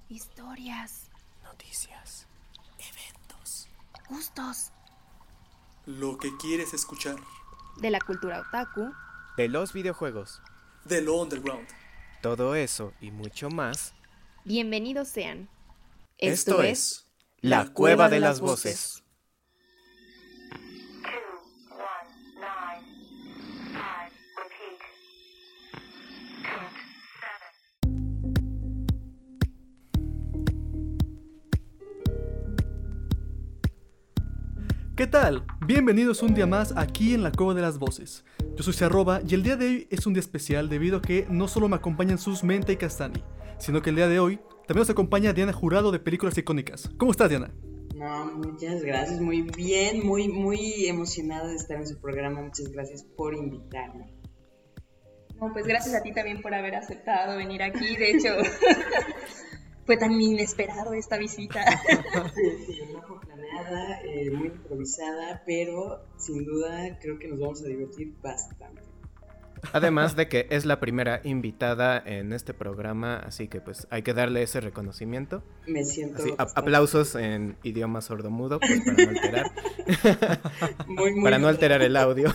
Historias. Noticias. Eventos. Gustos. Lo que quieres escuchar. De la cultura otaku. De los videojuegos. De lo underground. Todo eso y mucho más. Bienvenidos sean. Esto es La Cueva de las Voces. ¿Qué tal? Bienvenidos un día más aquí en la Cueva de las Voces. Yo soy Arroba y el día de hoy es un día especial debido a que no solo me acompañan Sus, Menta y Castani, sino que el día de hoy también nos acompaña Diana Jurado de Películas Icónicas. ¿Cómo estás, Diana? No, muchas gracias, muy bien, muy emocionada de estar en su programa, muchas gracias por invitarme. No, pues gracias a ti también por haber aceptado venir aquí, de hecho fue tan inesperado esta visita. Sí, no fue planeada, muy improvisada, pero sin duda creo que nos vamos a divertir bastante. Además de que es la primera invitada en este programa, así que pues hay que darle ese reconocimiento. Me siento... Así, aplausos en idioma sordomudo, pues para no alterar. Muy para no alterar el audio.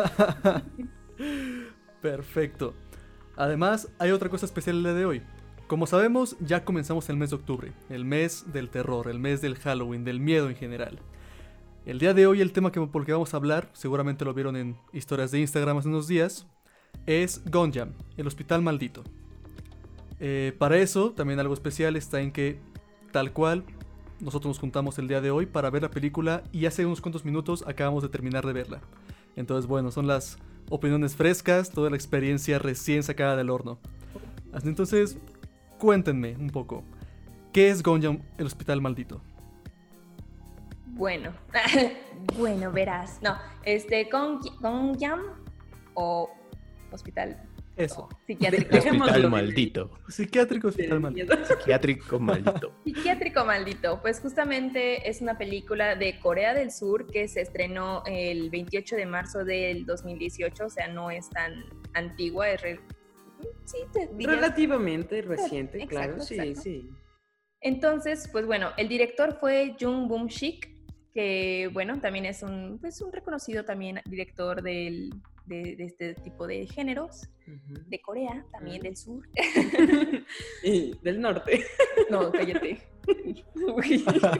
Perfecto. Además, hay otra cosa especial el día de hoy. Como sabemos, ya comenzamos el mes de octubre, el mes del terror, el mes del Halloween, del miedo en general. El día de hoy el tema por el que vamos a hablar, seguramente lo vieron en historias de Instagram hace unos días, es Gonjam, el hospital maldito. Para eso, también algo especial está en que, tal cual, nosotros nos juntamos el día de hoy para ver la película y hace unos cuantos minutos acabamos de terminar de verla. Entonces, bueno, son las opiniones frescas, toda la experiencia recién sacada del horno. Entonces, cuéntenme un poco, ¿qué es Gonjam, el hospital maldito? Bueno, verás, no, Gonjam o hospital Eso. psiquiátrico. Hospital maldito. Psiquiátrico hospital maldito. Psiquiátrico maldito. Psiquiátrico maldito, pues justamente es una película de Corea del Sur que se estrenó el 28 de marzo del 2018, o sea, no es tan antigua, es sí, te diría... Relativamente reciente, Exacto, claro, exacto. sí. Entonces, pues bueno, el director fue Jung Bum-sik, que bueno, también es un reconocido también director de este tipo de géneros, de Corea, también del sur. Y del norte. No, cállate. Uy.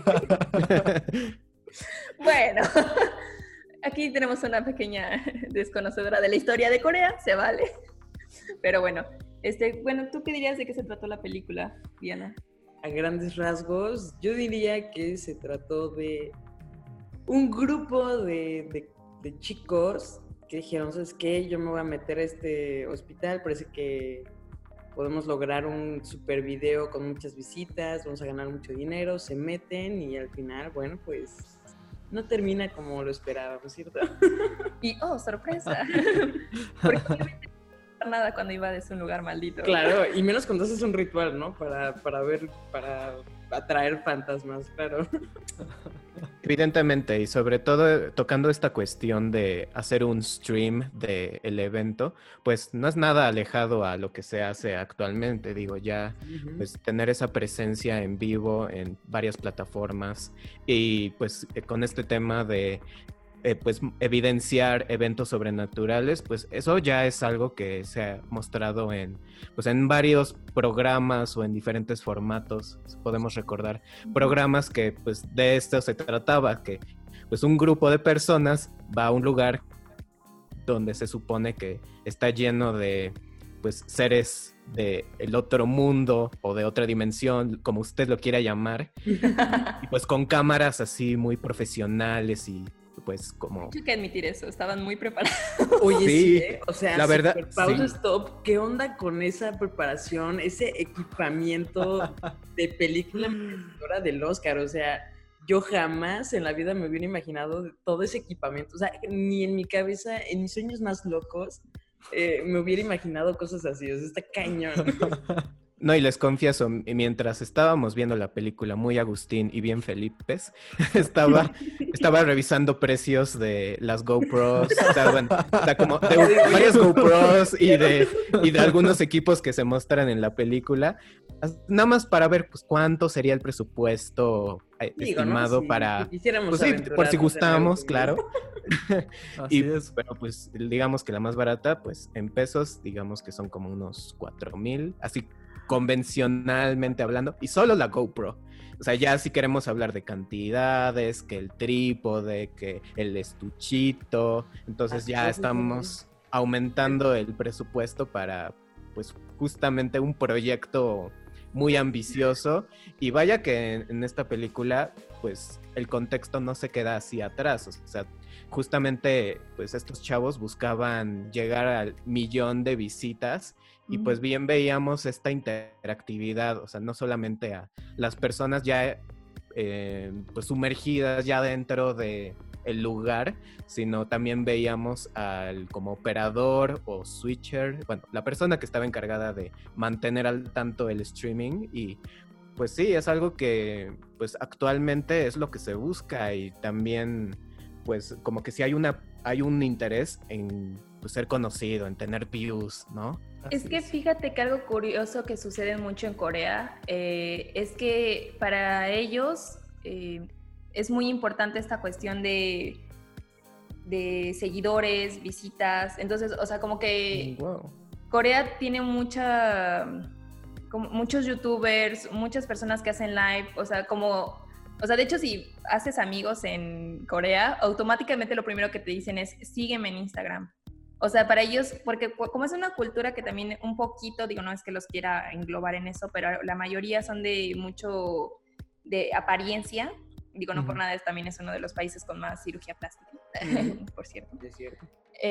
Bueno, aquí tenemos una pequeña desconocedora de la historia de Corea, se vale. Pero bueno, ¿tú qué dirías de qué se trató la película, Diana? A grandes rasgos, yo diría que se trató de un grupo de chicos que dijeron, ¿sabes qué? Yo me voy a meter a este hospital, parece que podemos lograr un super video con muchas visitas, vamos a ganar mucho dinero, se meten y al final, bueno, pues no termina como lo esperábamos, ¿cierto? Y, oh, sorpresa, porque obviamente no nada cuando invades un lugar maldito. Claro, y menos cuando haces un ritual, ¿no? Para atraer fantasmas, claro. Evidentemente, y sobre todo tocando esta cuestión de hacer un stream del evento, pues no es nada alejado a lo que se hace actualmente, digo, ya pues tener esa presencia en vivo en varias plataformas y pues con este tema de pues evidenciar eventos sobrenaturales, pues eso ya es algo que se ha mostrado en varios programas o en diferentes formatos. Podemos recordar programas que pues de esto se trataba, que pues un grupo de personas va a un lugar donde se supone que está lleno de pues seres del otro mundo o de otra dimensión, como usted lo quiera llamar, y pues con cámaras así muy profesionales y pues como... Tengo que admitir eso, estaban muy preparados. Oye, sí, o sea, la verdad, pausa, sí. stop, ¿qué onda con esa preparación, ese equipamiento de película merecedora del Oscar? O sea, yo jamás en la vida me hubiera imaginado todo ese equipamiento, o sea, ni en mi cabeza, en mis sueños más locos, me hubiera imaginado cosas así, o sea, está cañón. No, y les confieso, mientras estábamos viendo la película muy Agustín y bien Felipes, estaba revisando precios de las GoPros, o sea, como de varias GoPros y de algunos equipos que se muestran en la película, nada más para ver pues cuánto sería el presupuesto estimado, ¿no? Para, pues sí, por si gustamos, claro. Así es. Pero pues digamos que la más barata, pues en pesos, digamos que son como unos 4,000, así convencionalmente hablando, y solo la GoPro. O sea, ya si queremos hablar de cantidades, que el trípode, que el estuchito, entonces ya estamos aumentando el presupuesto para, pues, justamente un proyecto muy ambicioso. Y vaya que en esta película, pues, el contexto no se queda así atrás. O sea, justamente, pues, estos chavos buscaban llegar al 1,000,000 de visitas. Y pues bien veíamos esta interactividad, o sea, no solamente a las personas ya pues sumergidas ya dentro de el lugar, sino también veíamos al como operador o switcher, bueno, la persona que estaba encargada de mantener al tanto el streaming. Y pues sí, es algo que pues actualmente es lo que se busca, y también pues como que sí hay un interés en pues, ser conocido, en tener views, ¿no? Es que fíjate que algo curioso que sucede mucho en Corea es que para ellos es muy importante esta cuestión de seguidores, visitas. Entonces, o sea, como que Corea tiene muchos youtubers, muchas personas que hacen live, o sea, de hecho, si haces amigos en Corea, automáticamente lo primero que te dicen es sígueme en Instagram. O sea, para ellos, porque como es una cultura que también un poquito, digo, no es que los quiera englobar en eso, pero la mayoría son de mucho de apariencia. Digo, no por nada, también es uno de los países con más cirugía plástica, por cierto. Es cierto.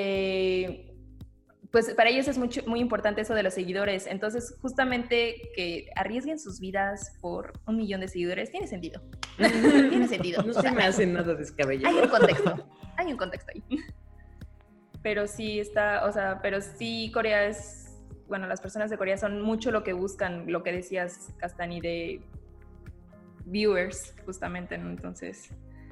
Pues para ellos es muy importante eso de los seguidores. Entonces, justamente que arriesguen sus vidas por 1,000,000 de seguidores, tiene sentido. Tiene sentido. No se me hace nada descabellado. Hay un contexto ahí. Pero sí pero sí Corea es, bueno, las personas de Corea son mucho lo que buscan, lo que decías, Castani, de viewers, justamente, ¿no? Entonces,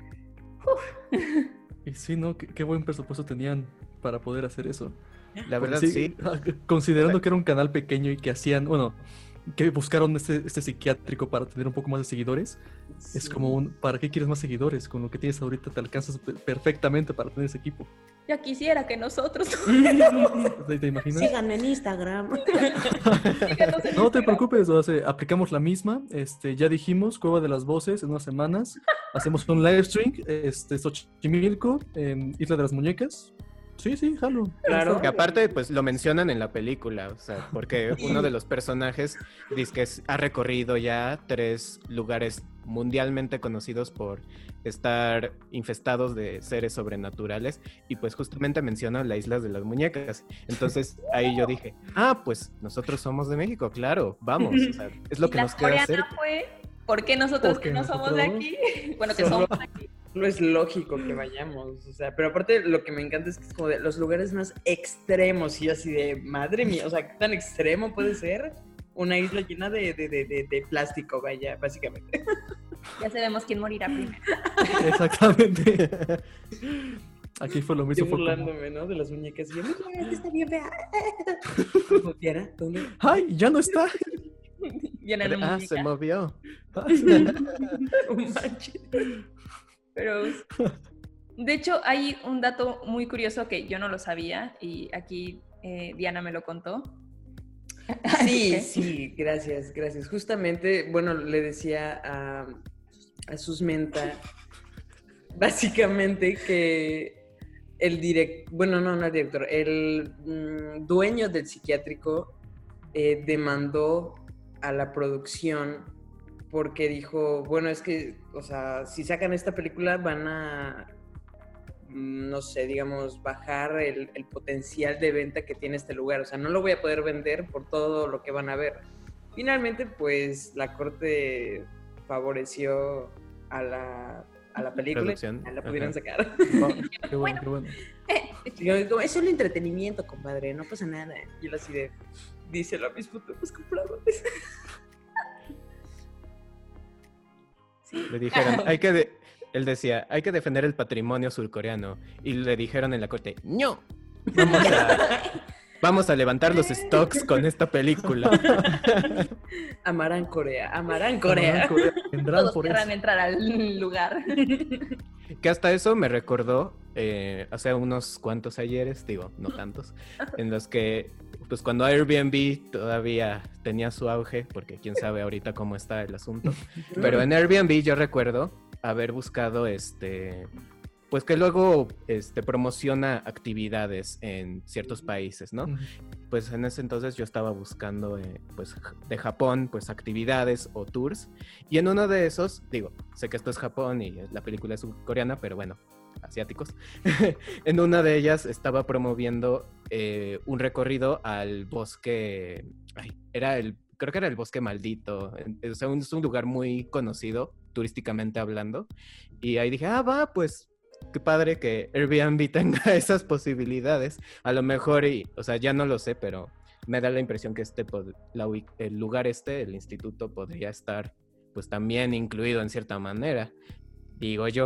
Y sí, ¿no? Qué buen presupuesto tenían para poder hacer eso. La verdad, sí. Considerando que era un canal pequeño y que hacían, bueno, que buscaron este psiquiátrico para tener un poco más de seguidores. Sí. Es como ¿para qué quieres más seguidores? Con lo que tienes ahorita te alcanzas perfectamente para tener ese equipo. Ya quisiera que nosotros... ¿Te imaginas? Síganme en Instagram. No te preocupes, o sea, aplicamos la misma. Ya dijimos, Cueva de las Voces, en unas semanas. Hacemos un live stream, Xochimilco, en Isla de las Muñecas. Sí, jalo. Claro. Que aparte, pues lo mencionan en la película, o sea, porque uno de los personajes dice que ha recorrido ya 3 lugares mundialmente conocidos por estar infestados de seres sobrenaturales, y pues justamente menciona la Isla de las Muñecas. Entonces ahí yo dije, pues nosotros somos de México, claro, vamos, o sea, es lo que nos queda hacer. ¿Por qué nosotros que no somos de aquí? Bueno, que somos de aquí. No es lógico que vayamos, o sea, pero aparte lo que me encanta es que es como de los lugares más extremos, y así de, madre mía, o sea, ¿qué tan extremo puede ser una isla llena de plástico, vaya, básicamente? Ya sabemos quién morirá primero. Exactamente. Aquí fue lo mismo. Yo burlándome, ¿no? De las muñecas, y yo, mira, está bien fea. ¿Dónde? ¡Ay, ya no está! Se movió. Pero, de hecho, hay un dato muy curioso que yo no lo sabía, y aquí Diana me lo contó. Sí, gracias. Justamente, bueno, le decía a Susmenta, básicamente, que el dueño del psiquiátrico demandó a la producción porque dijo, bueno, es que, o sea, si sacan esta película van a, no sé, digamos, bajar el potencial de venta que tiene este lugar. O sea, no lo voy a poder vender por todo lo que van a ver. Finalmente, pues, la corte favoreció a la película. Producción. La pudieron sacar. Qué bueno. Es solo entretenimiento, compadre, no pasa nada. Y él así de... díselo a mis futuros compradores. Le dijeron, él decía, hay que defender el patrimonio surcoreano. Y le dijeron en la corte, ¡no! Vamos a levantar los stocks con esta película. Amarán Corea, amarán Corea. Vendrán Todos por querrán eso. entrar al lugar. Que hasta eso me recordó hace unos cuantos ayeres, digo, no tantos, en los que, pues cuando Airbnb todavía tenía su auge, porque quién sabe ahorita cómo está el asunto, pero en Airbnb yo recuerdo haber buscado pues que luego promociona actividades en ciertos países, ¿no? Ujú. Pues en ese entonces yo estaba buscando pues de Japón, pues actividades o tours, y en uno de esos, digo, sé que esto es Japón y la película es surcoreana, pero bueno, asiáticos, en una de ellas estaba promoviendo un recorrido al bosque, creo que era el bosque maldito, o sea, es un lugar muy conocido turísticamente hablando, y ahí dije, va, pues qué padre que Airbnb tenga esas posibilidades. A lo mejor, o sea, ya no lo sé, pero me da la impresión que el lugar el instituto, podría estar pues también incluido en cierta manera, digo yo.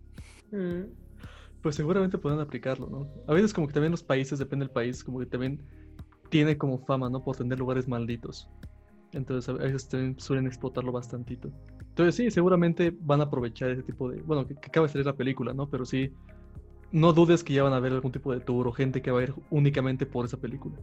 Pues seguramente pueden aplicarlo, ¿no? A veces como que también los países, depende del país, como que también tiene como fama, ¿no? Por tener lugares malditos. Entonces a veces también suelen explotarlo bastantito. Entonces sí, seguramente van a aprovechar ese tipo de... Bueno, que acaba de salir la película, ¿no? Pero sí, no dudes que ya van a ver algún tipo de tour o gente que va a ir únicamente por esa película.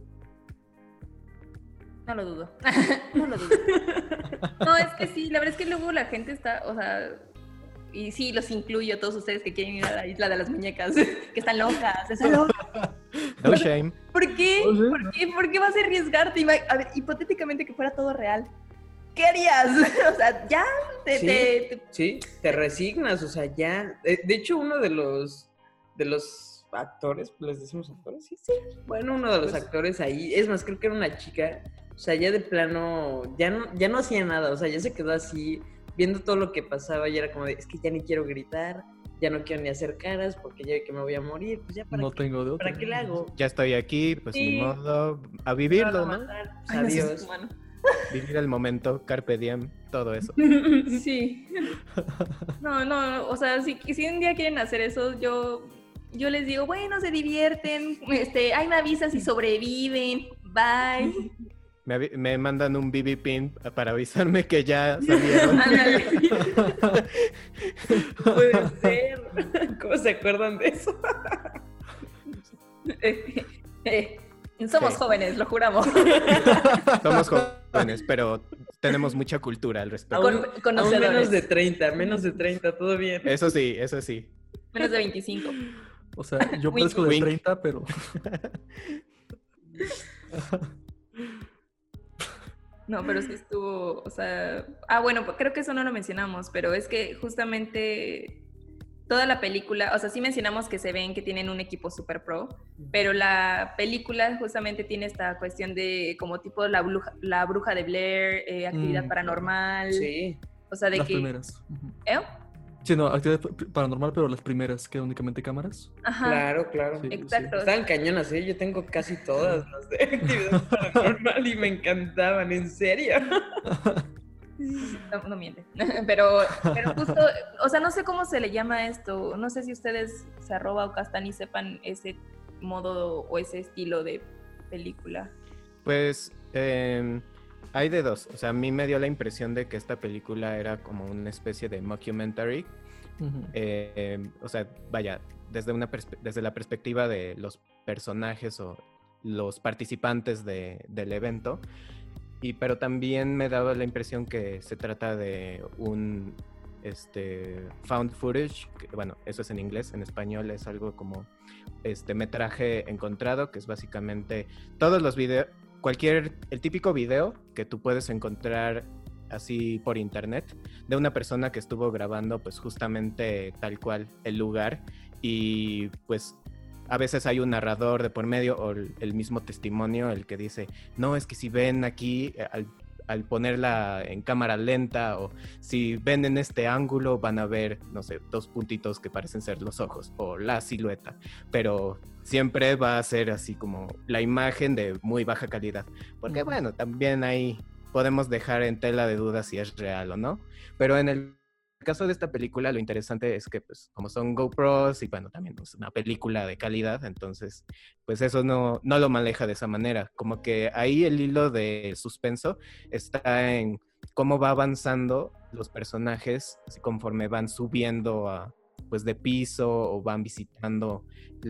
No lo dudo. No lo dudo. No, es que sí, la verdad es que luego la gente está, o sea, y sí, los incluyo a todos ustedes que quieren ir a la isla de las muñecas, que están locas, están locas. No shame. ¿Por qué? No sé. ¿Por qué? ¿Por qué vas a arriesgarte? A ver, hipotéticamente que fuera todo real. ¿Qué harías? O sea, ya Sí, te resignas, o sea, ya. De hecho, uno de los actores, ¿les decimos actores? Sí. Bueno, uno de los actores ahí, es más, creo que era una chica, o sea, ya de plano, ya no hacía nada, o sea, ya se quedó así, viendo todo lo que pasaba y era como de, es que ya ni quiero gritar, ya no quiero ni hacer caras porque ya ve que me voy a morir, pues ya No tengo de otra. ¿para qué le hago? Ya estoy aquí, pues Sí. ni modo, a vivirlo, Me van a ¿no? matar, pues, Ay, no sé, adiós. humano. Vivir el momento, carpe diem, todo eso. Sí. No, o sea, si un día quieren hacer eso, yo les digo, bueno, se divierten, ahí me avisas si sobreviven, bye. Me mandan un BB pin para avisarme que ya salieron. Ándale. Puede ser. ¿Cómo se acuerdan de eso? Somos Sí. jóvenes, lo juramos. Somos jóvenes, pero tenemos mucha cultura al respecto. Aún Conocedores. menos de 30, todo bien. Eso sí, eso sí. Menos de 25. O sea, yo Wink, parezco de wink. 30, pero... No, pero sí estuvo, o sea... bueno, pues creo que eso no lo mencionamos, pero es que justamente toda la película, o sea, sí mencionamos que se ven que tienen un equipo super pro, pero la película justamente tiene esta cuestión de como tipo la bruja de Blair, actividad paranormal, Sí. o sea, de Las que... primeras. Ujú. ¿Eh? Sí, no, actividad paranormal, pero las primeras, que únicamente cámaras. Ajá, Claro. Sí. exacto. Estaban cañonas, ¿eh? Yo tengo casi todas las de actividad paranormal y me encantaban, en serio. No miente. Pero justo, o sea, no sé cómo se le llama esto. No sé si ustedes se arroba o Castani sepan ese modo o ese estilo de película. Pues hay de dos. O sea, a mí me dio la impresión de que esta película era como una especie de mockumentary. Ujú. O sea, vaya, desde la perspectiva de los personajes o los participantes del evento. Pero también me daba la impresión que se trata de un found footage, bueno, eso es en inglés, en español es algo como metraje encontrado, que es básicamente todos los videos, el típico video que tú puedes encontrar así por internet, de una persona que estuvo grabando pues justamente tal cual el lugar, y pues a veces hay un narrador de por medio o el mismo testimonio, el que dice, no, es que si ven aquí al ponerla en cámara lenta, o si ven en este ángulo van a ver, no sé, 2 puntitos que parecen ser los ojos o la silueta, pero siempre va a ser así como la imagen de muy baja calidad, porque bueno, también ahí podemos dejar en tela de duda si es real o no, pero en el caso de esta película lo interesante es que pues como son GoPros y bueno, también es una película de calidad, entonces pues eso no lo maneja de esa manera, como que ahí el hilo de suspenso está en cómo va avanzando los personajes conforme van subiendo pues de piso o van visitando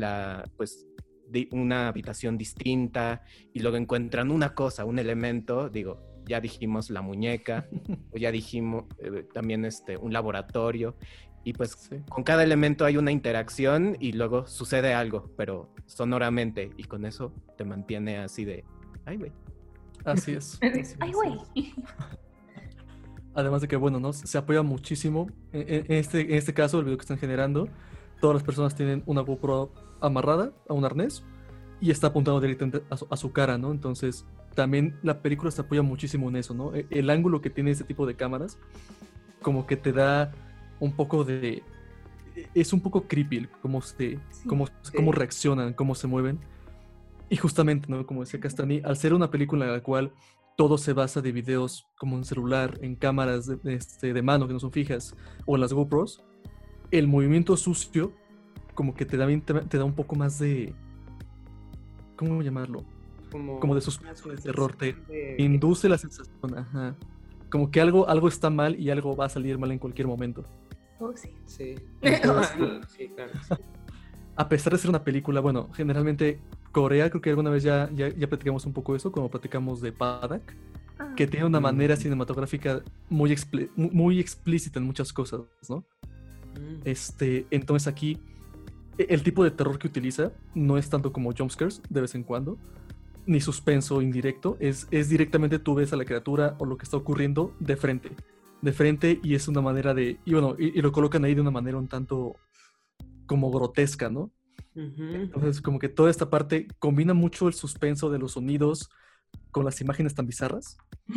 una habitación distinta y luego encuentran una cosa, un elemento, digo, ya dijimos la muñeca, o ya dijimos también un laboratorio, y pues sí, con cada elemento hay una interacción y luego sucede algo, pero sonoramente, y con eso te mantiene así de, ay güey. Así es. Ay güey. Además de que, bueno, ¿no? Se apoya muchísimo. En este caso, el video que están generando, todas las personas tienen una GoPro amarrada a un arnés y está apuntando directamente a su cara, ¿no? Entonces, también la película se apoya muchísimo en eso, ¿no? El ángulo que tiene este tipo de cámaras, como que te da un poco de... Es un poco creepy cómo reaccionan, cómo se mueven. Y justamente, ¿no? Como decía Castrani, al ser una película en la cual todo se basa de videos como en celular, en cámaras de mano que no son fijas, o en las GoPros, el movimiento sucio como que te da un poco más de... ¿Cómo llamarlo? Como de suspenso, de terror, te induce la sensación, ajá. Como que algo está mal y algo va a salir mal en cualquier momento. Oh, sí. Sí. Entonces, Sí, claro. Sí. A pesar de ser una película, bueno, generalmente Corea, creo que alguna vez ya platicamos un poco de eso, como platicamos de Padak, que tiene una manera cinematográfica muy explícita en muchas cosas, ¿no? Entonces aquí, el tipo de terror que utiliza no es tanto como jumpscares de vez en cuando, ni suspenso indirecto, es directamente tú ves a la criatura o lo que está ocurriendo de frente, y es una manera de, y bueno, y lo colocan ahí de una manera un tanto como grotesca, ¿no? Entonces como que toda esta parte combina mucho el suspenso de los sonidos con las imágenes tan bizarras.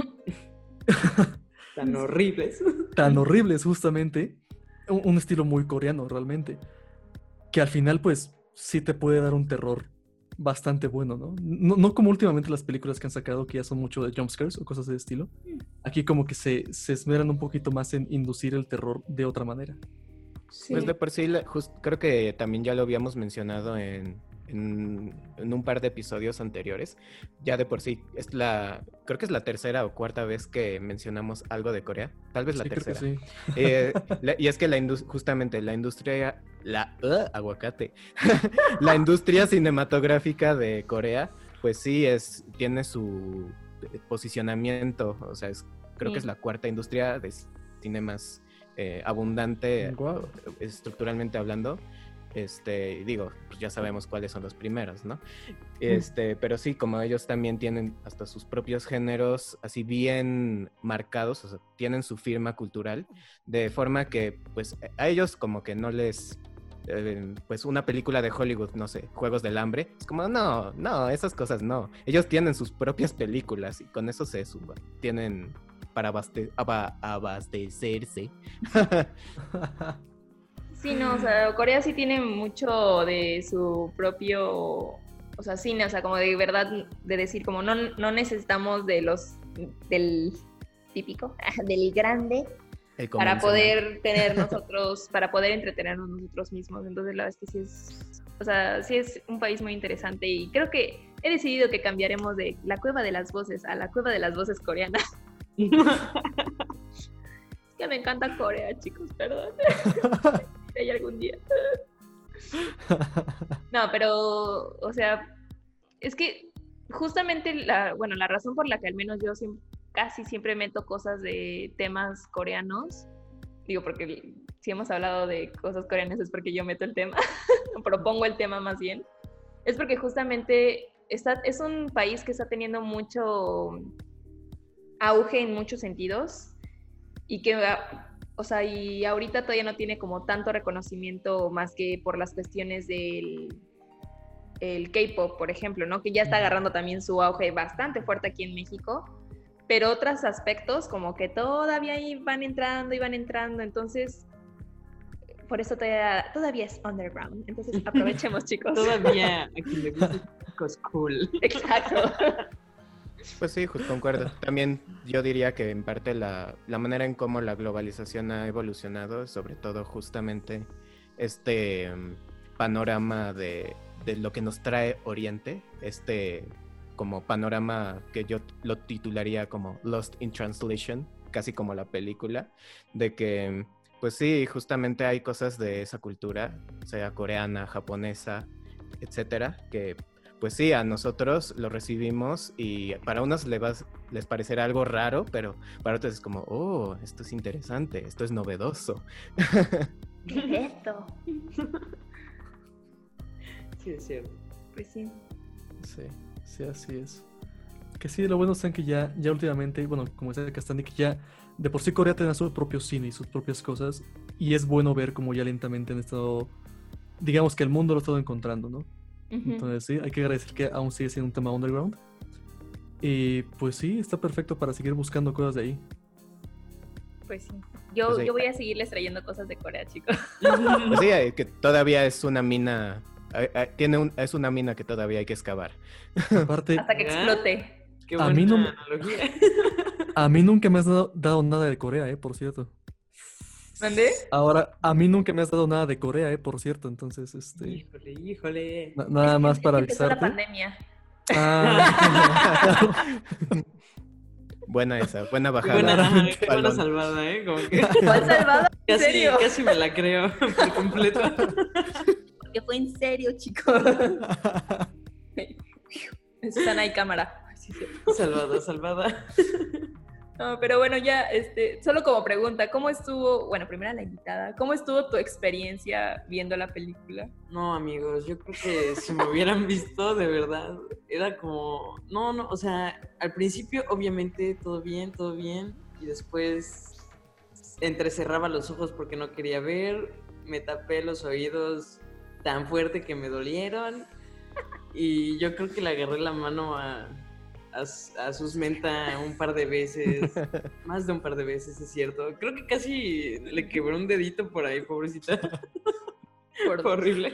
Tan horribles. Tan horribles, justamente. Un estilo muy coreano, realmente. Que al final, pues, sí te puede dar un terror bastante bueno, ¿no? No como últimamente las películas que han sacado, que ya son mucho de jumpscares o cosas de estilo. Aquí como que se esmeran un poquito más en inducir el terror de otra manera. Sí. Pues de por sí, creo que también ya lo habíamos mencionado en un par de episodios anteriores. Ya de por sí, creo que es la tercera o cuarta vez que mencionamos algo de Corea. Tal vez la tercera. Creo que sí. Y es que justamente la industria, aguacate, la industria cinematográfica de Corea, pues sí, tiene su posicionamiento. O sea, creo que es la cuarta industria de cine más abundante, wow, estructuralmente hablando. Digo, pues ya sabemos cuáles son los primeros, ¿no? Pero sí, como ellos también tienen hasta sus propios géneros así bien marcados, o sea, tienen su firma cultural, de forma que pues a ellos como que no les... pues una película de Hollywood, no sé, Juegos del Hambre, es como, no, esas cosas no. Ellos tienen sus propias películas y con eso se suban. Tienen para abastecerse. Sí, no, o sea, Corea sí tiene mucho de su propio, o sea, cine, o sea, como de verdad, de decir, como no necesitamos del típico, del grande, para poder para poder entretenernos nosotros mismos. Entonces, la verdad es que sí es un país muy interesante y creo que he decidido que cambiaremos de la cueva de las voces a la cueva de las voces coreanas. Es que me encanta Corea, chicos, perdón. Hay algún día. No, pero, o sea, es que justamente la razón por la que al menos yo casi siempre meto cosas de temas coreanos, digo, porque si hemos hablado de cosas coreanas es porque yo meto el tema, propongo el tema más bien, es porque justamente es un país que está teniendo mucho auge en muchos sentidos y que, o sea, y ahorita todavía no tiene como tanto reconocimiento más que por las cuestiones del K-pop, por ejemplo, ¿no? Que ya está agarrando también su auge bastante fuerte aquí en México, pero otros aspectos como que todavía iban entrando, entonces por eso todavía es underground. Entonces aprovechemos, chicos. Todavía a quien le gusta chicos cool. Exacto. Pues sí, concuerdo. También yo diría que en parte la manera en cómo la globalización ha evolucionado, sobre todo justamente este panorama de lo que nos trae Oriente, como panorama que yo lo titularía como Lost in Translation, casi como la película, de que pues sí, justamente hay cosas de esa cultura, sea coreana, japonesa, etcétera, que pues sí, a nosotros lo recibimos y para unos les parecerá algo raro, pero para otros es como, oh, esto es interesante, esto es novedoso. ¿Qué es esto? Sí, es cierto. Pues sí. Sí, así es. Que sí, lo bueno es que ya últimamente, bueno, como decía Castani, que ya de por sí Corea tiene su propio cine y sus propias cosas, y es bueno ver cómo ya lentamente han estado, digamos que el mundo lo ha estado encontrando, ¿no? Entonces sí, hay que agradecer que aún sigue siendo un tema underground. Y pues sí, está perfecto para seguir buscando cosas de ahí. Pues sí. Yo voy a seguirles trayendo cosas de Corea, chicos. Pues sí, que todavía es una mina, es una mina que todavía hay que excavar. Aparte, Hasta que explote. Qué A buena mí no- analogía. a mí nunca me has dado nada de Corea, por cierto. ¿Dónde? Ahora, a mí nunca me has dado nada de Corea, por cierto. Entonces, Híjole. nada más para Empezó la avisarte. pandemia. Ah, Buena esa, buena Qué bajada. buena, qué buena Balón. salvada, ¿eh? Como que ¿Cuál salvado? ¿En casi, serio? casi me la creo por completo. Que fue en serio, chicos. Están ahí cámara. Sí, sí. Salvada. No, pero bueno, ya, solo como pregunta, ¿cómo estuvo, bueno, primero la invitada, ¿cómo estuvo tu experiencia viendo la película? No, amigos, yo creo que si me hubieran visto, de verdad, era como... No, o sea, al principio, obviamente, todo bien, y después entrecerraba los ojos porque no quería ver, me tapé los oídos tan fuerte que me dolieron, y yo creo que le agarré la mano a Susmenta un par de veces, más de un par de veces, es cierto. Creo que casi le quebró un dedito por ahí, pobrecita. Fue horrible.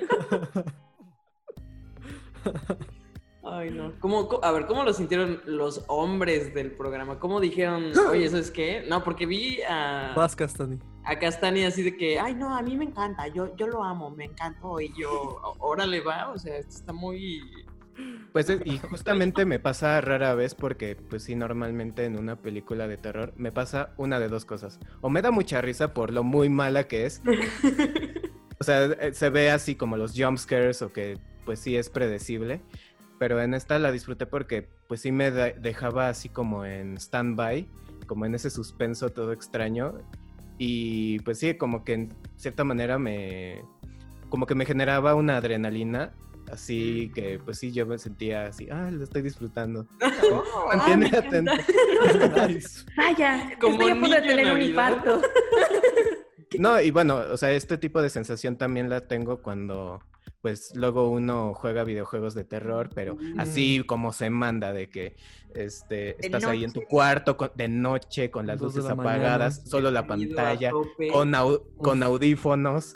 Ay, no. A ver, ¿cómo lo sintieron los hombres del programa? ¿Cómo dijeron, oye, ¿eso es qué? No, porque vi vas, Castani. a Castani así de que, ay, no, a mí me encanta, yo lo amo, me encantó. Y yo, órale, va, o sea, esto está muy... Pues y justamente me pasa rara vez porque pues sí, normalmente en una película de terror me pasa una de dos cosas. O me da mucha risa por lo muy mala que es. O sea, se ve así como los jumpscares o que pues sí es predecible. Pero en esta la disfruté porque pues sí me dejaba así como en stand-by, como en ese suspenso todo extraño. Y pues sí, como que en cierta manera como que me generaba una adrenalina. Así que, pues sí, yo me sentía así, lo estoy disfrutando. Mantiene me atento. Nice. Vaya, Como estoy a punto de niño en tener un Navidad. infarto. No, y bueno, o sea, este tipo de sensación también la tengo cuando, pues, luego uno juega videojuegos de terror, pero así como se manda de que, estás ahí en tu cuarto de noche con las 2 de luces la mañana. apagadas, solo la Deprimido, pantalla, a tope. con audífonos.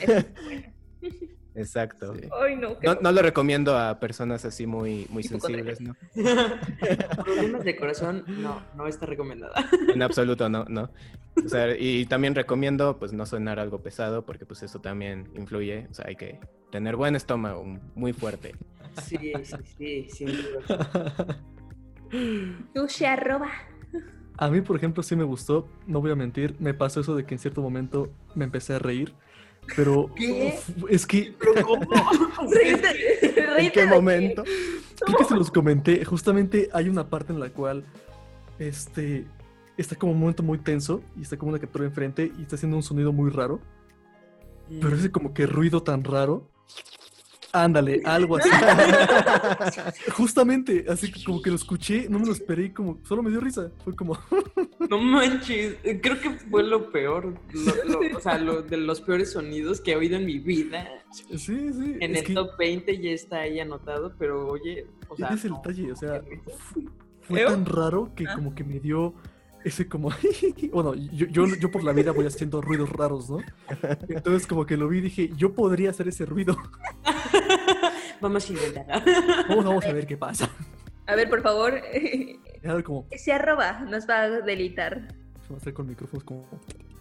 Exacto. Sí. Ay, no, No lo recomiendo a personas así muy sensibles, ¿no? Problemas de corazón, no está recomendada. En absoluto, no. O sea, y también recomiendo, pues, no cenar algo pesado, porque, pues, eso también influye. O sea, hay que tener buen estómago, muy fuerte. Sí, sin duda. Sushi arroba. A mí, por ejemplo, sí me gustó, no voy a mentir, me pasó eso de que en cierto momento me empecé a reír, pero ¿Qué? es que ¿En qué momento? creo que se los comenté, justamente hay una parte en la cual está como un momento muy tenso y está como una captura enfrente y está haciendo un sonido muy raro, pero ese como que ruido tan raro, ándale, algo así. Justamente, así que como que lo escuché, no me lo esperé y como solo me dio risa, fue como... No manches, creo que fue lo peor, o sea, de los peores sonidos que he oído en mi vida. Sí, En es el que top 20 ya está ahí anotado, pero oye, o sea... ese es el detalle, o sea, fue tan raro que como que me dio ese como... Bueno, yo por la vida voy haciendo ruidos raros, ¿no? Entonces como que lo vi y dije, yo podría hacer ese ruido. Vamos a intentar. Vamos a ver qué pasa. A ver, por favor. Era como... Ese arroba nos va a delitar. Vamos a hacer con micrófonos como...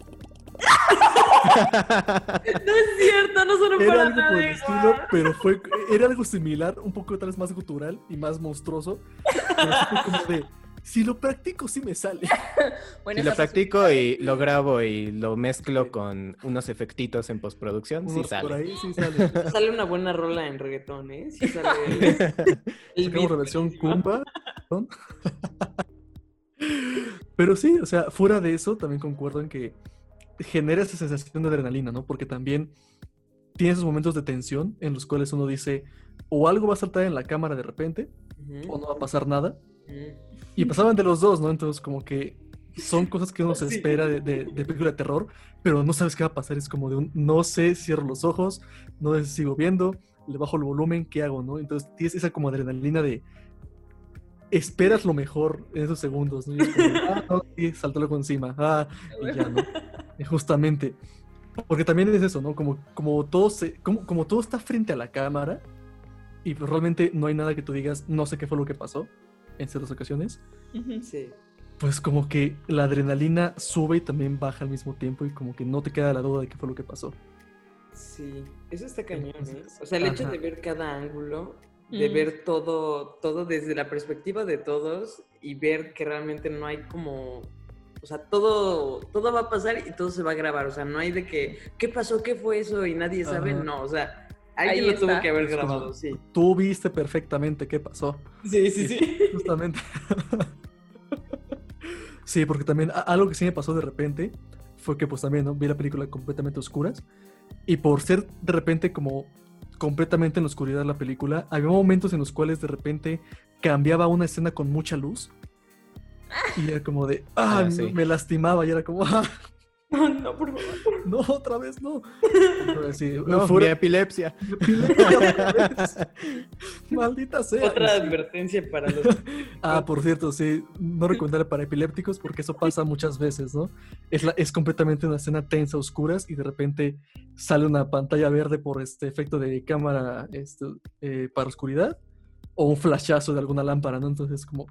No es cierto, no suena Era para algo por nada el estilo, igual. pero era algo similar, un poco tal vez más gutural y más monstruoso. Pero sí fue como de, si lo practico, sí me sale. Bueno, Si lo esa practico y lo grabo y lo mezclo con unos efectitos en postproducción, sí Unos por sale. ahí, sí sale. Sale una buena rola en reggaetón, ¿eh? Sí sale el Sacamos beat la versión buenísimo. Kumba. ¿No? Pero sí, o sea, fuera de eso, también concuerdo en que genera esa sensación de adrenalina, ¿no? Porque también tiene esos momentos de tensión en los cuales uno dice, o algo va a saltar en la cámara de repente, o no va a pasar nada. Y pasaban de los dos, ¿no? Entonces, como que son cosas que uno se Sí. espera de película de terror, pero no sabes qué va a pasar. Es como de un, no sé, cierro los ojos, no sé si sigo viendo, le bajo el volumen, ¿qué hago, no? Entonces, tienes esa como adrenalina de esperas lo mejor en esos segundos, ¿no? Y es como, no, sí, saltó algo encima, y ya, ¿no? Y justamente. Porque también es eso, ¿no? Como todo está frente a la cámara y pues realmente no hay nada que tú digas, no sé qué fue lo que pasó en ciertas ocasiones, Sí. pues como que la adrenalina sube y también baja al mismo tiempo y como que no te queda la duda de qué fue lo que pasó. Sí, eso está cañón, ¿eh? Entonces, O sea, el hecho ajá. de ver cada ángulo, de ver todo desde la perspectiva de todos y ver que realmente no hay como... O sea, todo va a pasar y todo se va a grabar. O sea, no hay de que, ¿qué pasó? ¿Qué fue eso? Y nadie sabe. Ajá. No, o sea, Ahí alguien lo tuvo está. que haber Es como, grabado, sí. Tú viste perfectamente qué pasó. Sí, sí, sí. Justamente. Sí, porque también algo que sí me pasó de repente fue que pues también, ¿no? Vi la película completamente a oscuras y por ser de repente como completamente en la oscuridad la película, había momentos en los cuales de repente cambiaba una escena con mucha luz y era como de, Sí. me lastimaba y era como, No, por favor. no, otra vez no. Entonces, sí, No, mi fuera- epilepsia. otra vez. Maldita sea. Otra Sí. advertencia para los... Por cierto, sí, no recomendar para epilépticos porque eso pasa muchas veces, ¿no? Es completamente una escena tensa, oscuras y de repente sale una pantalla verde por este efecto de cámara para oscuridad o un flashazo de alguna lámpara, ¿no? Entonces como,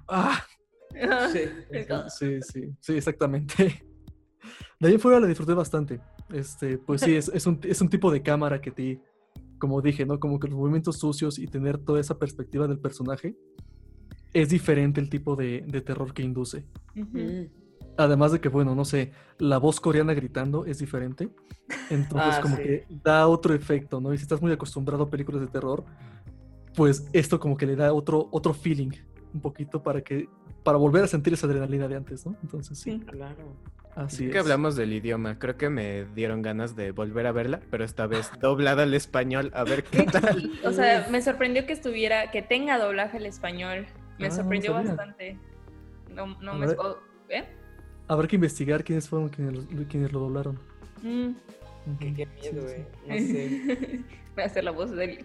Sí. sí, exactamente. De ahí en fuera la disfruté bastante. Pues sí, es un tipo de cámara que te, como dije, ¿no? Como que los movimientos sucios y tener toda esa perspectiva del personaje es diferente el tipo de terror que induce. Además de que, bueno, no sé, la voz coreana gritando es diferente. Entonces como Sí. que da otro efecto, ¿no? Y si estás muy acostumbrado a películas de terror, pues esto como que le da otro feeling un poquito para volver a sentir esa adrenalina de antes, ¿no? Entonces sí, Claro. así Ya es. que hablamos del idioma, creo que me dieron ganas de volver a verla, pero esta vez doblada al español, a ver qué tal. Sí, o sea, me sorprendió que tenga doblaje al español. Me No sorprendió sabía. bastante. No A me... ver. ¿Eh? Habrá que investigar quiénes fueron quienes lo doblaron. Mm. Ujú. Qué Sí, miedo, sí. No sé. Voy a hacer la voz del...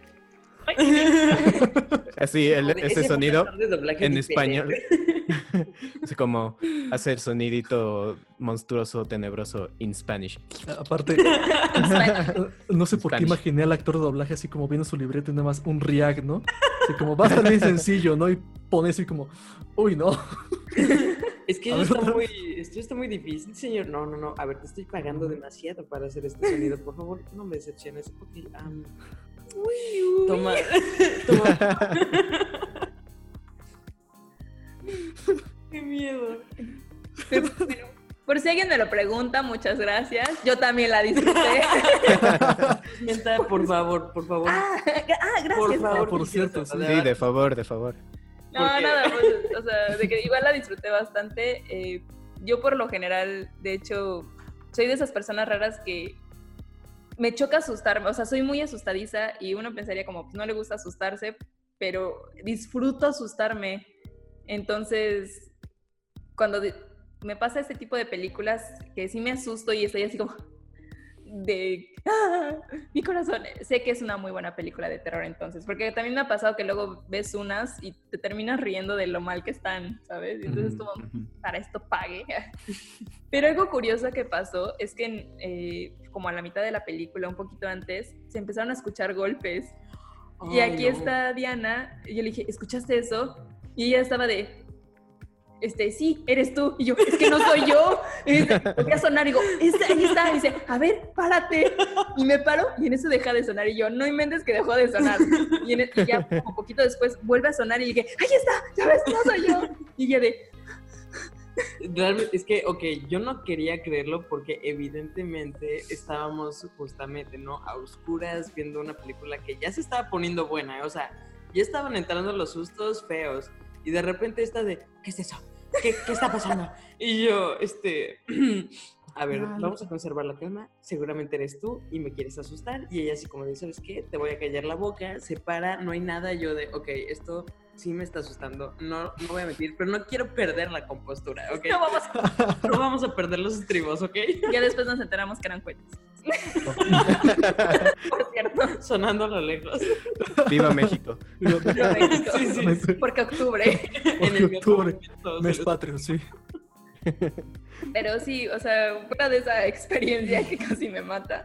Así, ese Ese fue sonido un actor de doblaje en diferente. español. Así como hacer sonidito monstruoso, tenebroso in Spanish. Aparte, no sé por qué Spanish. imaginé al actor de doblaje así como viendo su libreta y nada más un react, ¿no? Así como va a estar bien sencillo, ¿no? Y pone así como, uy, no. Es que A ver, otra vez. esto está muy difícil, señor. No. A ver, te estoy pagando demasiado para hacer este sonido. Por favor, no me decepciones. Ok, toma. Qué miedo. Pero, por si alguien me lo pregunta, muchas gracias. Yo también la disfruté. Menta, por favor. Gracias. Por favor. por quisiera cierto, tratar Sí, de- de favor. No, ¿Por qué? nada, pues, o sea, de que igual la disfruté bastante. Yo por lo general, de hecho, soy de esas personas raras que me choca asustarme. O sea, soy muy asustadiza y uno pensaría como, pues no le gusta asustarse, pero disfruto asustarme. Entonces, cuando me pasa este tipo de películas que sí me asusto y estoy así como mi corazón. Sé que es una muy buena película de terror entonces, porque también me ha pasado que luego ves unas y te terminas riendo de lo mal que están, ¿sabes? Entonces como, para esto pague. Pero algo curioso que pasó es que como a la mitad de la película, un poquito antes, se empezaron a escuchar golpes. Y aquí está Diana, y yo le dije, ¿escuchaste eso? Y ella estaba de... sí, eres tú. Y yo, es que no soy yo. Voy a sonar y digo, ahí está. Y dice, a ver, párate. Y me paro y en eso deja de sonar. Y yo, no inventes que dejó de sonar. Y ya un poquito después vuelve a sonar y dije, ahí está, ya ves, no soy yo. Y ya de... Realmente, es que, yo no quería creerlo porque evidentemente estábamos justamente, ¿no? A oscuras viendo una película que ya se estaba poniendo buena, o sea, ya estaban entrando los sustos feos. Y de repente está de, ¿qué es eso? ¿Qué está pasando? Y yo, a ver, vamos a conservar la calma, seguramente eres tú y me quieres asustar. Y ella así como dice, ¿sabes qué? Te voy a callar la boca, se para, no hay nada. Yo de, esto sí me está asustando, no voy a mentir, pero no quiero perder la compostura, ¿ok? No vamos a perder los estribos, ¿ok? Ya después nos enteramos que eran cohetes. Por cierto. Sonando a lo lejos. ¡Viva México! ¡Viva México! Sí. Porque octubre. En octubre, mes patrio, sí. Pero sí, o sea, fuera de esa experiencia que casi me mata,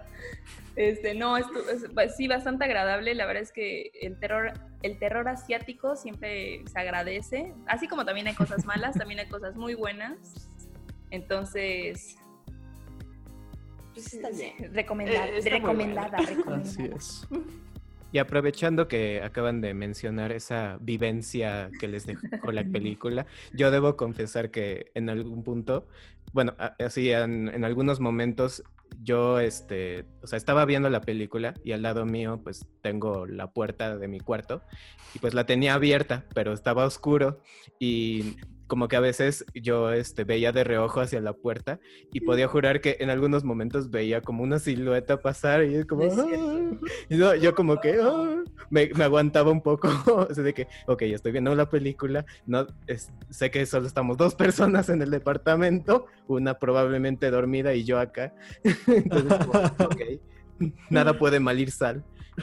pues sí, bastante agradable. La verdad es que el terror asiático siempre se agradece, así como también hay cosas malas, también hay cosas muy buenas. Entonces, pues está bien. Recomendada. Así es. Y aprovechando que acaban de mencionar esa vivencia que les dejó la película, yo debo confesar que en algún punto, bueno, así en algunos momentos yo, o sea, estaba viendo la película y al lado mío, pues, tengo la puerta de mi cuarto y pues la tenía abierta, pero estaba oscuro y como que a veces yo veía de reojo hacia la puerta y podía jurar que en algunos momentos veía como una silueta pasar y es como... y yo como que me aguantaba un poco, o sea, de que, estoy viendo la película, no, sé que solo estamos 2 personas en el departamento, una probablemente dormida y yo acá, entonces como, nada puede mal ir sal.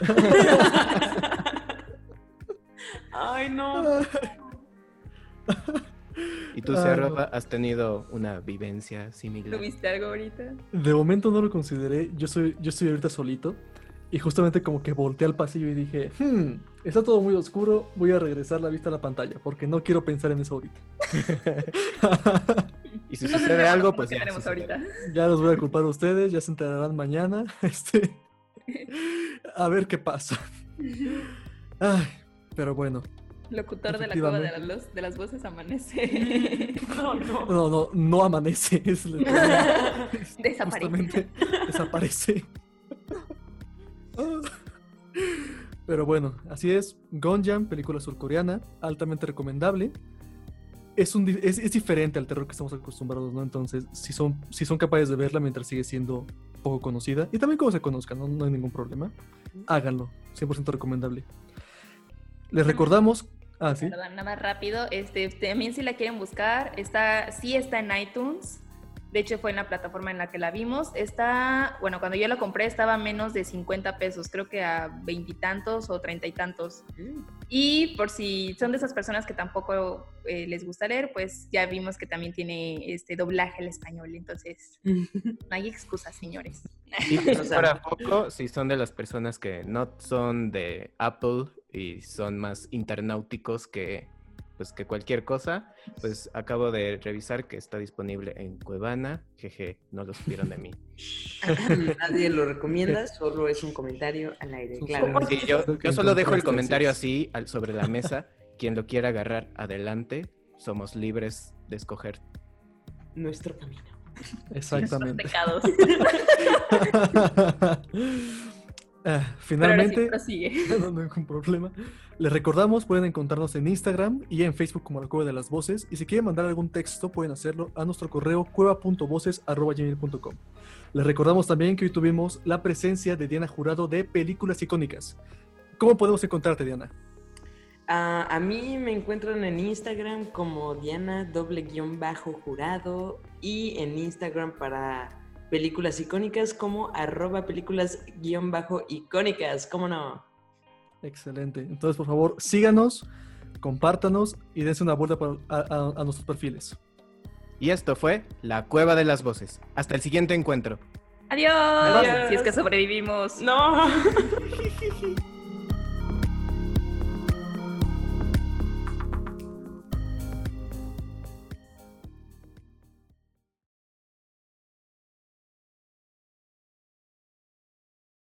Ay, no. ¿Y tú, Cerro, has tenido una vivencia similar? ¿Tuviste algo ahorita? De momento no lo consideré. Yo estoy ahorita solito. Y justamente como que volteé al pasillo y dije, está todo muy oscuro, voy a regresar la vista a la pantalla, porque no quiero pensar en eso ahorita. Y si sucede algo, pues ya ahorita. Ya los voy a culpar a ustedes, ya se enterarán mañana. A ver qué pasa. Ay, pero bueno. Locutor de la cueva de las voces amanece. No amanece. Desaparece. Desaparece. Pero bueno, así es. Gonjam, película surcoreana, altamente recomendable. Es diferente al terror que estamos acostumbrados, ¿no? Entonces, si son capaces de verla mientras sigue siendo poco conocida, y también como se conozca, no hay ningún problema, háganlo. 100% recomendable. Les recordamos... ¿sí? Perdón, nada más rápido. También si la quieren buscar, sí está en iTunes. De hecho, fue en la plataforma en la que la vimos. Bueno, cuando yo la compré estaba a menos de 50 pesos, creo que a 20 y tantos o 30 y tantos. Y por si son de esas personas que tampoco les gusta leer, pues ya vimos que también tiene doblaje al español. Entonces, no hay excusas, señores. Y para poco, si son de las personas que no son de Apple y son más internauticos que cualquier cosa, pues acabo de revisar que está disponible en Cuevana. Jeje, no lo supieron de mí. Nadie lo recomienda, solo es un comentario al aire, claro. Sí, yo solo dejo el comentario así sobre la mesa. Quien lo quiera agarrar, adelante. Somos libres de escoger nuestro camino. Exactamente. Pecados. Finalmente, pero sí, no hay ningún problema. Les recordamos, pueden encontrarnos en Instagram y en Facebook como La Cueva de las Voces, y si quieren mandar algún texto pueden hacerlo a nuestro correo cueva.voces@gmail.com. Les recordamos también que hoy tuvimos la presencia de Diana Jurado de Películas Icónicas. ¿Cómo podemos encontrarte, Diana? A mí me encuentran en Instagram como Diana _Jurado, y en Instagram para películas icónicas como @películas_icónicas, ¿cómo no? Excelente. Entonces, por favor, síganos, compártanos y dense una vuelta a nuestros perfiles. Y esto fue La Cueva de las Voces. Hasta el siguiente encuentro. Adiós. Adiós. Si es que sobrevivimos. No.